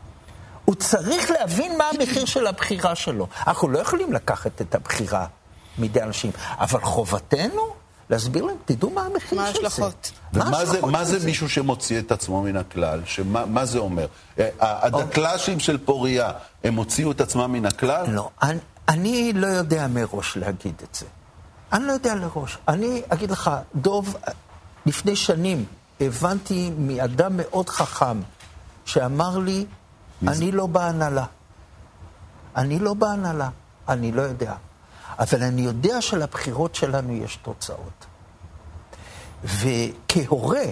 הוא צריך להבין מה המחיר של הבחירה שלו. אנחנו לא יכולים לקחת את הבחירה מידי אנשים. אבל חובתנו להסביר להם, תדעו מה המחיר מה של ההשלכות. זה. ומה זה, מה זה מישהו שמוציא את עצמו מן הכלל? שמה, מה זה אומר? הדקלשים של פוריה, הם הוציאו את עצמם מן הכלל? לא, אני, אני לא יודע מראש להגיד את זה. אני לא יודע לראש. אני אגיד לך, דוב, לפני שנים הבנתי מאדם מאוד חכם, שאמר לי, אני לא בהנהלה. אני לא בהנהלה. אני לא יודע. אבל אני יודע שלבחירות שלנו יש תוצאות. וכהורה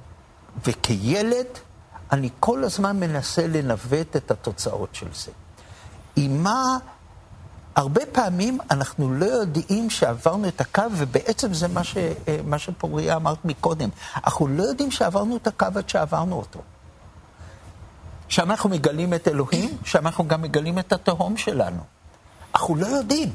וכילד, אני כל הזמן מנסה לנווט את התוצאות של זה. עם מה, הרבה פעמים אנחנו לא יודעים שעברנו את הקו, ובעצם זה מה, ש, מה שפוריה אמרת מקודם. אנחנו לא יודעים שעברנו את הקו עד שעברנו אותו. שם אנחנו מגלים את אלוהים, שם אנחנו גם מגלים את התהום שלנו. אנחנו לא יודעים.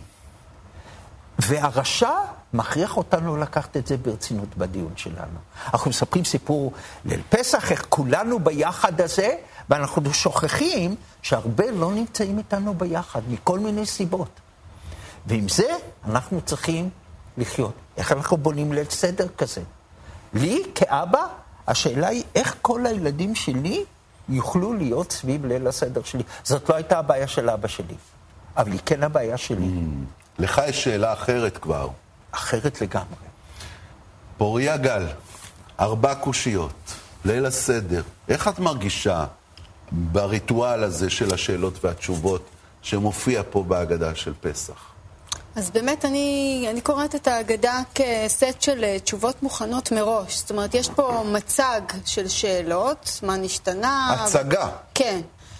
והרשע מכריח אותנו לקחת את זה ברצינות בדיון שלנו. אנחנו מספרים סיפור ליל פסח, איך כולנו ביחד הזה, ואנחנו שוכחים שהרבה לא נמצאים איתנו ביחד, מכל מיני סיבות. ועם זה אנחנו צריכים לחיות. איך אנחנו בונים ליל סדר כזה? לי, כאבא, השאלה היא איך כל הילדים שלי יוכלו להיות סביב ליל הסדר שלי. זאת לא הייתה הבעיה של אבא שלי, אבל היא כן הבעיה שלי. לך יש שאלה אחרת כבר. אחרת לגמרי. פוריה גל, ארבע קושיות, ליל הסדר. איך את מרגישה בריטואל הזה של השאלות והתשובות שמופיע פה בהגדה של פסח? אז באמת אני, אני קוראת את ההגדה כסט של תשובות מוכנות מראש. זאת אומרת, יש פה מצג של שאלות, מה נשתנה. הצגה. כן.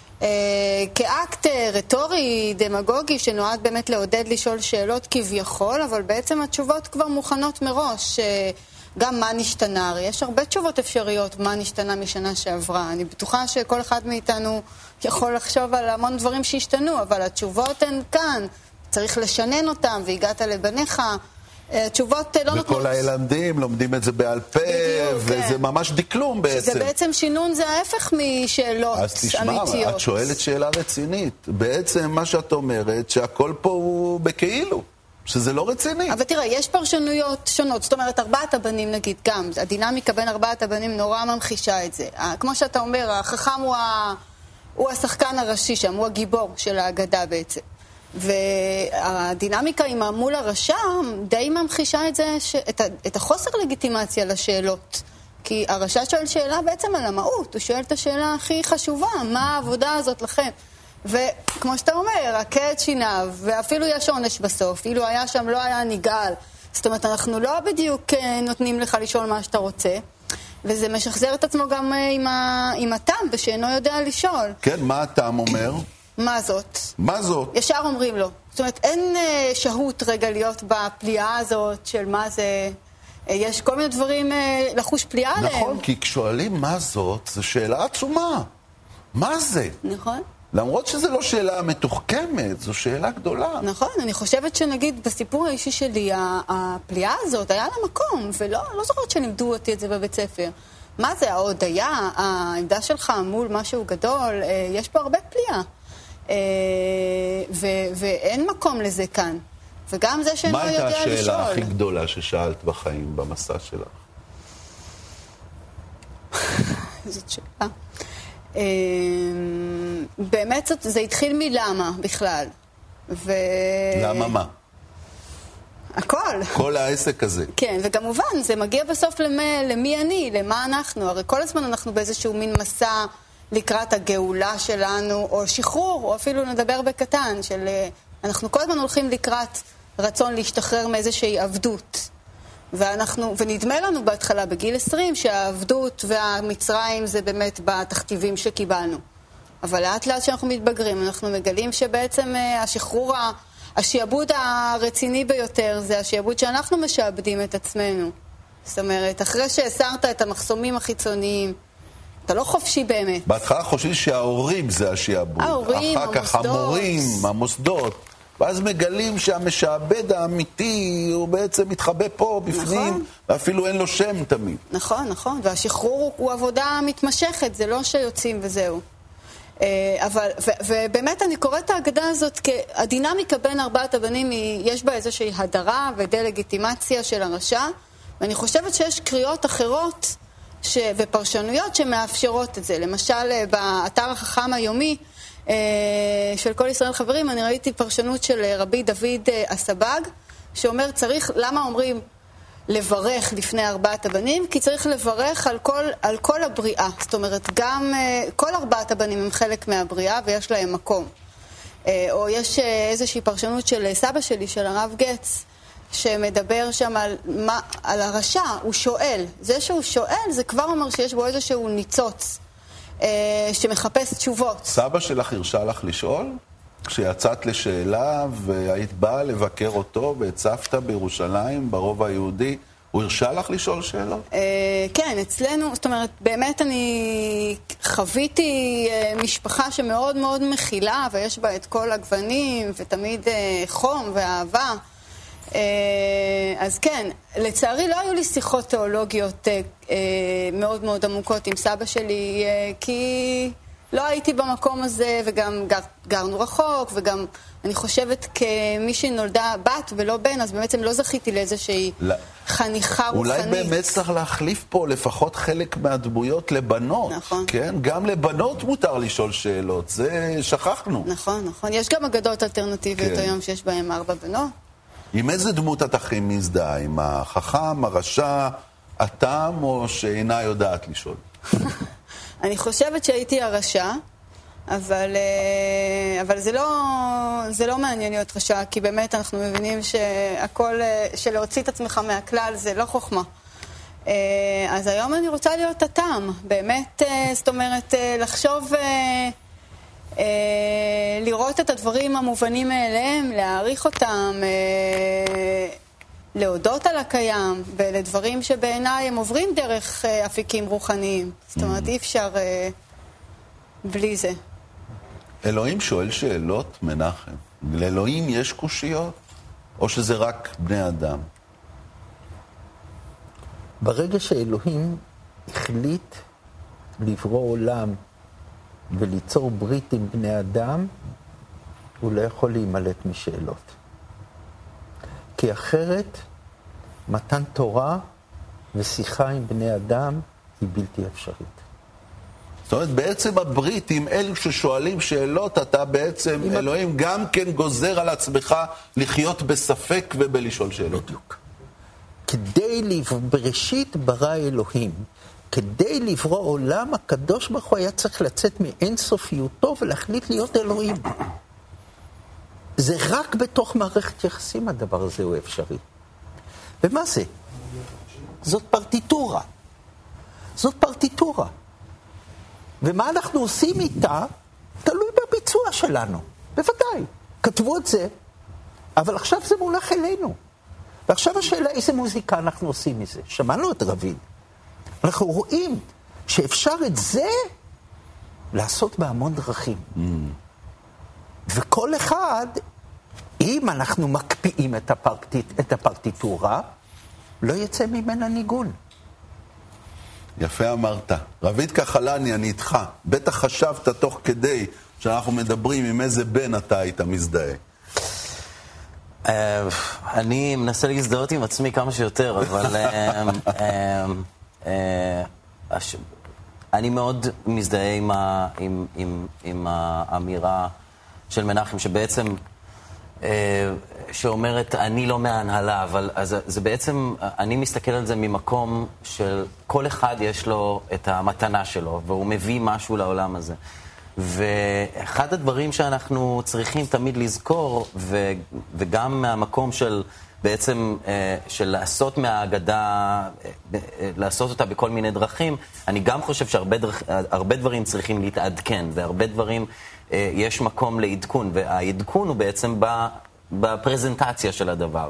כאקט רטורי, דמגוגי, שנועד באמת לעודד לשאול שאלות כביכול, אבל בעצם התשובות כבר מוכנות מראש. גם מה נשתנה, הרי יש הרבה תשובות אפשריות מה נשתנה משנה שעברה. אני בטוחה שכל אחד מאיתנו יכול לחשוב על המון דברים שהשתנו, אבל התשובות הן כאן, צריך לשנן אותם, והגעת לבניך. תשובות לא נותנות... וכל הילדים לומדים את זה בעל פה, בדיוק, וזה כן. ממש דקלום בעצם. שזה בעצם שינון, זה ההפך משאלות אמיתיות. אז תשמע, אמיתיות. את שואלת שאלה רצינית. בעצם מה שאת אומרת, שהכל פה הוא בכאילו, שזה לא רציני. אבל תראה, יש פרשנויות שונות. זאת אומרת, ארבעת הבנים נגיד, גם, הדינמיקה בין ארבעת הבנים נורא ממחישה את זה. כמו שאתה אומר, החכם הוא, ה... הוא השחקן הראשי שם, הוא הגיבור של ההגדה בעצם. והדינמיקה עם מול הרשע די ממחישה את זה, את, ה, את החוסר לגיטימציה לשאלות. כי הרשע שואל שאלה בעצם על המהות, הוא שואל את השאלה הכי חשובה, מה העבודה הזאת לכם? וכמו שאתה אומר, הקט שיניו, ואפילו יש עונש בסוף, אילו היה שם לא היה ניגל. זאת אומרת, אנחנו לא בדיוק נותנים לך לשאול מה שאתה רוצה, וזה משחזר את עצמו גם עם, ה, עם הטעם, ושאינו יודע לשאול. כן, מה הטעם אומר? מה זאת? מה זאת? ישר אומרים לו. זאת אומרת, אין אה, שהות רגע להיות בפליאה הזאת של מה זה... אה, יש כל מיני דברים אה, לחוש פליאה עליהם. נכון, כי כשואלים מה זאת, זו שאלה עצומה. מה זה? נכון. למרות שזו לא שאלה מתוחכמת, זו שאלה גדולה. נכון, אני חושבת שנגיד בסיפור האישי שלי, הפליאה הזאת היה לה מקום, ולא לא זוכרת שלימדו אותי את זה בבית ספר. מה זה, ההודעה, העמדה שלך מול משהו גדול, אה, יש פה הרבה פליאה. ו- ואין מקום לזה כאן. וגם זה שאינו יודע לשאול. מה הייתה השאלה הכי גדולה ששאלת בחיים, במסע שלך? זאת שאלה. באמת זה התחיל מלמה בכלל. ו... למה מה? הכל. כל העסק הזה. כן, וכמובן, זה מגיע בסוף למי, למי אני, למה אנחנו. הרי כל הזמן אנחנו באיזשהו מין מסע לקראת הגאולה שלנו, או שחרור, או אפילו נדבר בקטן, של אנחנו כל הזמן הולכים לקראת רצון להשתחרר מאיזושהי עבדות. ואנחנו, ונדמה לנו בהתחלה, בגיל עשרים, שהעבדות והמצרים זה באמת בתכתיבים שקיבלנו. אבל לאט לאט שאנחנו מתבגרים, אנחנו מגלים שבעצם השחרור, השיעבוד הרציני ביותר, זה השיעבוד שאנחנו משעבדים את עצמנו. זאת אומרת, אחרי שהסרת את המחסומים החיצוניים, אתה לא חופשי באמת. בהתחלה חושבים שההורים זה השיעבוד. ההורים, המוסדות. אחר כך המורים, המוסדות. ואז מגלים שהמשעבד האמיתי הוא בעצם מתחבא פה בפנים, נכון. ואפילו אין לו שם תמיד. נכון, נכון. והשחרור הוא, הוא עבודה מתמשכת, זה לא שיוצאים וזהו. אבל, ו, ובאמת אני קוראת את ההגדה הזאת, כי הדינמיקה בין ארבעת הבנים, היא, יש בה איזושהי הדרה ודה-לגיטימציה של הרשע, ואני חושבת שיש קריאות אחרות ש, ופרשנויות שמאפשרות את זה. למשל, באתר החכם היומי של כל ישראל חברים, אני ראיתי פרשנות של רבי דוד אסבג, שאומר, צריך, למה אומרים לברך לפני ארבעת הבנים? כי צריך לברך על כל, על כל הבריאה. זאת אומרת, גם כל ארבעת הבנים הם חלק מהבריאה ויש להם מקום. או יש איזושהי פרשנות של סבא שלי, של הרב גץ, שמדבר שם על, מה, על הרשע, הוא שואל. זה שהוא שואל, זה כבר אומר שיש בו איזשהו ניצוץ, שמחפש תשובות. סבא שלך הרשה לך לשאול? כשיצאת לשאלה והיית באה לבקר אותו והצפת בירושלים, ברובע היהודי, הוא הרשה לך לשאול שאלות? כן, אצלנו, זאת אומרת, באמת אני חוויתי משפחה שמאוד מאוד מכילה, ויש בה את כל הגוונים, ותמיד חום ואהבה. אז כן, לצערי לא היו לי שיחות תיאולוגיות מאוד מאוד עמוקות עם סבא שלי, כי לא הייתי במקום הזה, וגם גר, גרנו רחוק, וגם אני חושבת כמי שנולדה בת ולא בן, אז באמת לא זכיתי לאיזושהי לא. חניכה אולי רוחנית. אולי באמת צריך להחליף פה לפחות חלק מהדמויות לבנות. נכון. כן? גם לבנות מותר לשאול שאלות, זה שכחנו. נכון, נכון. יש גם אגדות אלטרנטיביות כן. היום שיש בהם ארבע בנות. עם איזה דמות אתה הכי מזדהה? עם החכם, הרשע, התם, או שאינה יודעת לשאול? אני חושבת שהייתי הרשע, אבל, אבל זה לא, זה לא מעניין להיות רשע, כי באמת אנחנו מבינים שהכל, שלהוציא את עצמך מהכלל זה לא חוכמה. אז היום אני רוצה להיות התם, באמת, זאת אומרת, לחשוב, לראות את הדברים המובנים מאליהם, להעריך אותם, להודות על הקיים, ולדברים שבעיניי הם עוברים דרך אפיקים רוחניים. זאת אומרת, אי אפשר בלי זה. אלוהים שואל שאלות, מנחם. לאלוהים יש קושיות? או שזה רק בני אדם? ברגע שאלוהים החליט לברוא עולם וליצור ברית עם בני אדם, הוא לא יכול להימלט משאלות. כי אחרת, מתן תורה ושיחה עם בני אדם היא בלתי אפשרית. זאת אומרת, בעצם הברית עם אלו ששואלים שאלות, אתה בעצם, אלוהים את... גם כן גוזר על עצמך לחיות בספק ובלשאול שאלות. בדיוק. כדי לברוא, בראשית ברא אלוהים, כדי לברוא עולם, הקדוש ברוך הוא היה צריך לצאת מאין סופיותו ולהחליט להיות אלוהים. זה רק בתוך מערכת יחסים הדבר הזה הוא אפשרי. ומה זה? זאת פרטיטורה. זאת פרטיטורה. ומה אנחנו עושים איתה? תלוי בביצוע שלנו. בוודאי. כתבו את זה, אבל עכשיו זה מונח אלינו. ועכשיו השאלה איזה מוזיקה אנחנו עושים מזה. שמענו את רביד. אנחנו רואים שאפשר את זה לעשות בהמון דרכים. Mm. וכל אחד, אם אנחנו מקפיאים את, הפרטיט, את הפרטיטורה, לא יצא ממנה ניגון. יפה אמרת. רביד כחלני, אני איתך. בטח חשבת תוך כדי שאנחנו מדברים עם איזה בן אתה היית מזדהה. אני מנסה להזדהות עם עצמי כמה שיותר, אבל אני מאוד מזדהה עם, ה, עם, עם, עם האמירה של מנחם, שבעצם, שאומרת, אני לא מההנהלה, אבל אז זה בעצם, אני מסתכל על זה ממקום של כל אחד יש לו את המתנה שלו, והוא מביא משהו לעולם הזה. ואחד הדברים שאנחנו צריכים תמיד לזכור, ו, וגם מהמקום של בעצם, של לעשות מהאגדה, לעשות אותה בכל מיני דרכים, אני גם חושב שהרבה דרכ, הרבה דברים צריכים להתעדכן, והרבה דברים יש מקום לעדכון, והעדכון הוא בעצם בפרזנטציה של הדבר.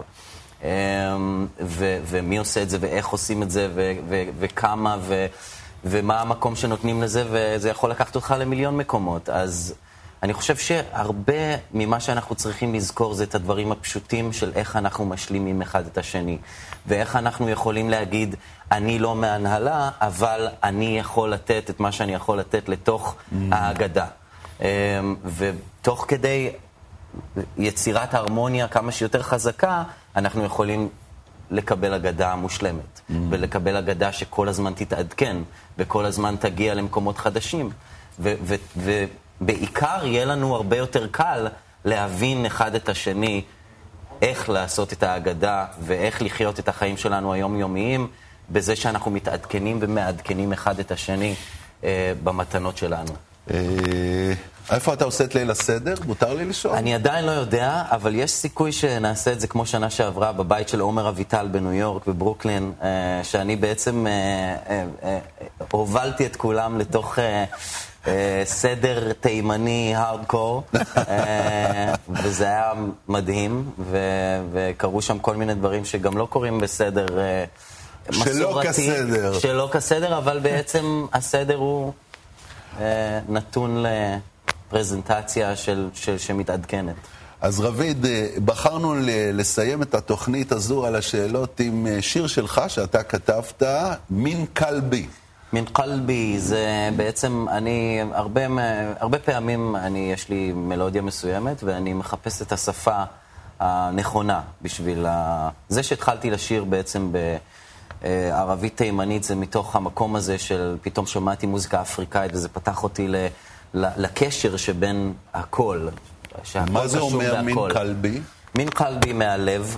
ו, ומי עושה את זה, ואיך עושים את זה, ו, ו, וכמה, ו... ומה המקום שנותנים לזה, וזה יכול לקחת אותך למיליון מקומות. אז אני חושב שהרבה ממה שאנחנו צריכים לזכור זה את הדברים הפשוטים של איך אנחנו משלימים אחד את השני, ואיך אנחנו יכולים להגיד, אני לא מהנהלה, אבל אני יכול לתת את מה שאני יכול לתת לתוך mm. ההגדה. ותוך כדי יצירת ההרמוניה כמה שיותר חזקה, אנחנו יכולים לקבל אגדה מושלמת, mm. ולקבל אגדה שכל הזמן תתעדכן, וכל הזמן תגיע למקומות חדשים. ו- ו- ובעיקר יהיה לנו הרבה יותר קל להבין אחד את השני, איך לעשות את האגדה, ואיך לחיות את החיים שלנו היומיומיים, בזה שאנחנו מתעדכנים ומעדכנים אחד את השני אה, במתנות שלנו. אה... איפה אתה עושה את ליל הסדר? מותר לי לשאול? אני עדיין לא יודע, אבל יש סיכוי שנעשה את זה כמו שנה שעברה בבית של עומר אביטל בניו יורק, בברוקלין, שאני בעצם הובלתי את כולם לתוך סדר תימני הארדקור, וזה היה מדהים, וקראו שם כל מיני דברים שגם לא קוראים בסדר מסורתי. שלא כסדר. שלא כסדר, אבל בעצם הסדר הוא נתון ל... פרזנטציה של, של, שמתעדכנת. אז רביד, בחרנו לסיים את התוכנית הזו על השאלות עם שיר שלך שאתה כתבת, מין קלבי. מין קלבי, זה בעצם, אני, הרבה, הרבה פעמים אני, יש לי מלודיה מסוימת, ואני מחפש את השפה הנכונה בשביל ה... זה שהתחלתי לשיר בעצם בערבית תימנית, זה מתוך המקום הזה של פתאום שמעתי מוזיקה אפריקאית, וזה פתח אותי ל... לקשר שבין הכל. מה זה אומר מין קלבי? מין קלבי מהלב.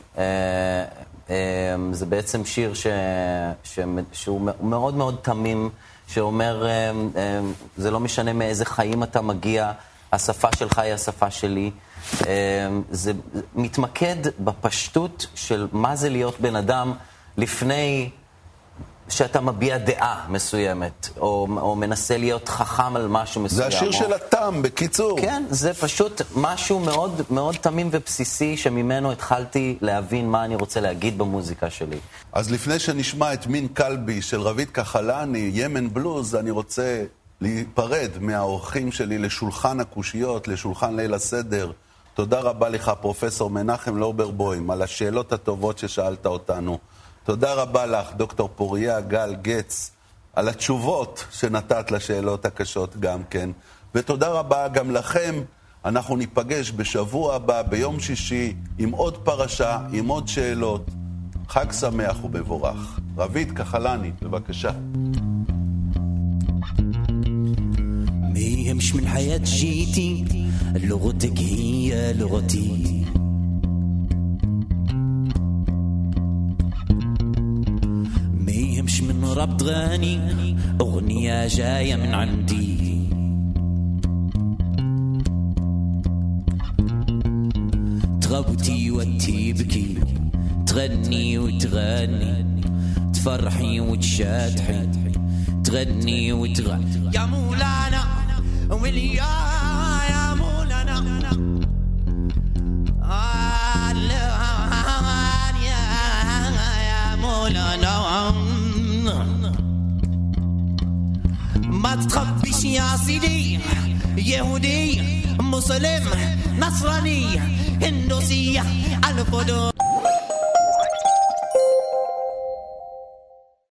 זה בעצם שיר שהוא מאוד מאוד תמים, שאומר, זה לא משנה מאיזה חיים אתה מגיע, השפה שלך היא השפה שלי. זה מתמקד בפשטות של מה זה להיות בן אדם לפני... שאתה מביע דעה מסוימת, או, או מנסה להיות חכם על משהו מסוים. זה השיר או... של התם, בקיצור. כן, זה פשוט משהו מאוד, מאוד תמים ובסיסי, שממנו התחלתי להבין מה אני רוצה להגיד במוזיקה שלי. אז לפני שנשמע את מין קלבי של רביד כחלני, ימן בלוז, אני רוצה להיפרד מהאורחים שלי לשולחן הקושיות, לשולחן ליל הסדר. תודה רבה לך, פרופסור מנחם לורברבוים, על השאלות הטובות ששאלת אותנו. תודה רבה לך, דוקטור פוריה גל גץ, על התשובות שנתת לשאלות הקשות גם כן. ותודה רבה גם לכם. אנחנו ניפגש בשבוע הבא, ביום שישי, עם עוד פרשה, עם עוד שאלות. חג שמח ובבורך. רביד כחלני, בבקשה. ما يهمش من حياة جيتي لغتك هي لغتي ما يهمش من ربط غاني أغنية جاية من عندي تغبتي وتبكي تغني وتغني تفرحي وتشاتحي تغني وتغني يا مولانا وليا يا مولانا يا مولانا ما تتخبيش يا سيدي يهودي مسلم نصراني هندوسي الفضول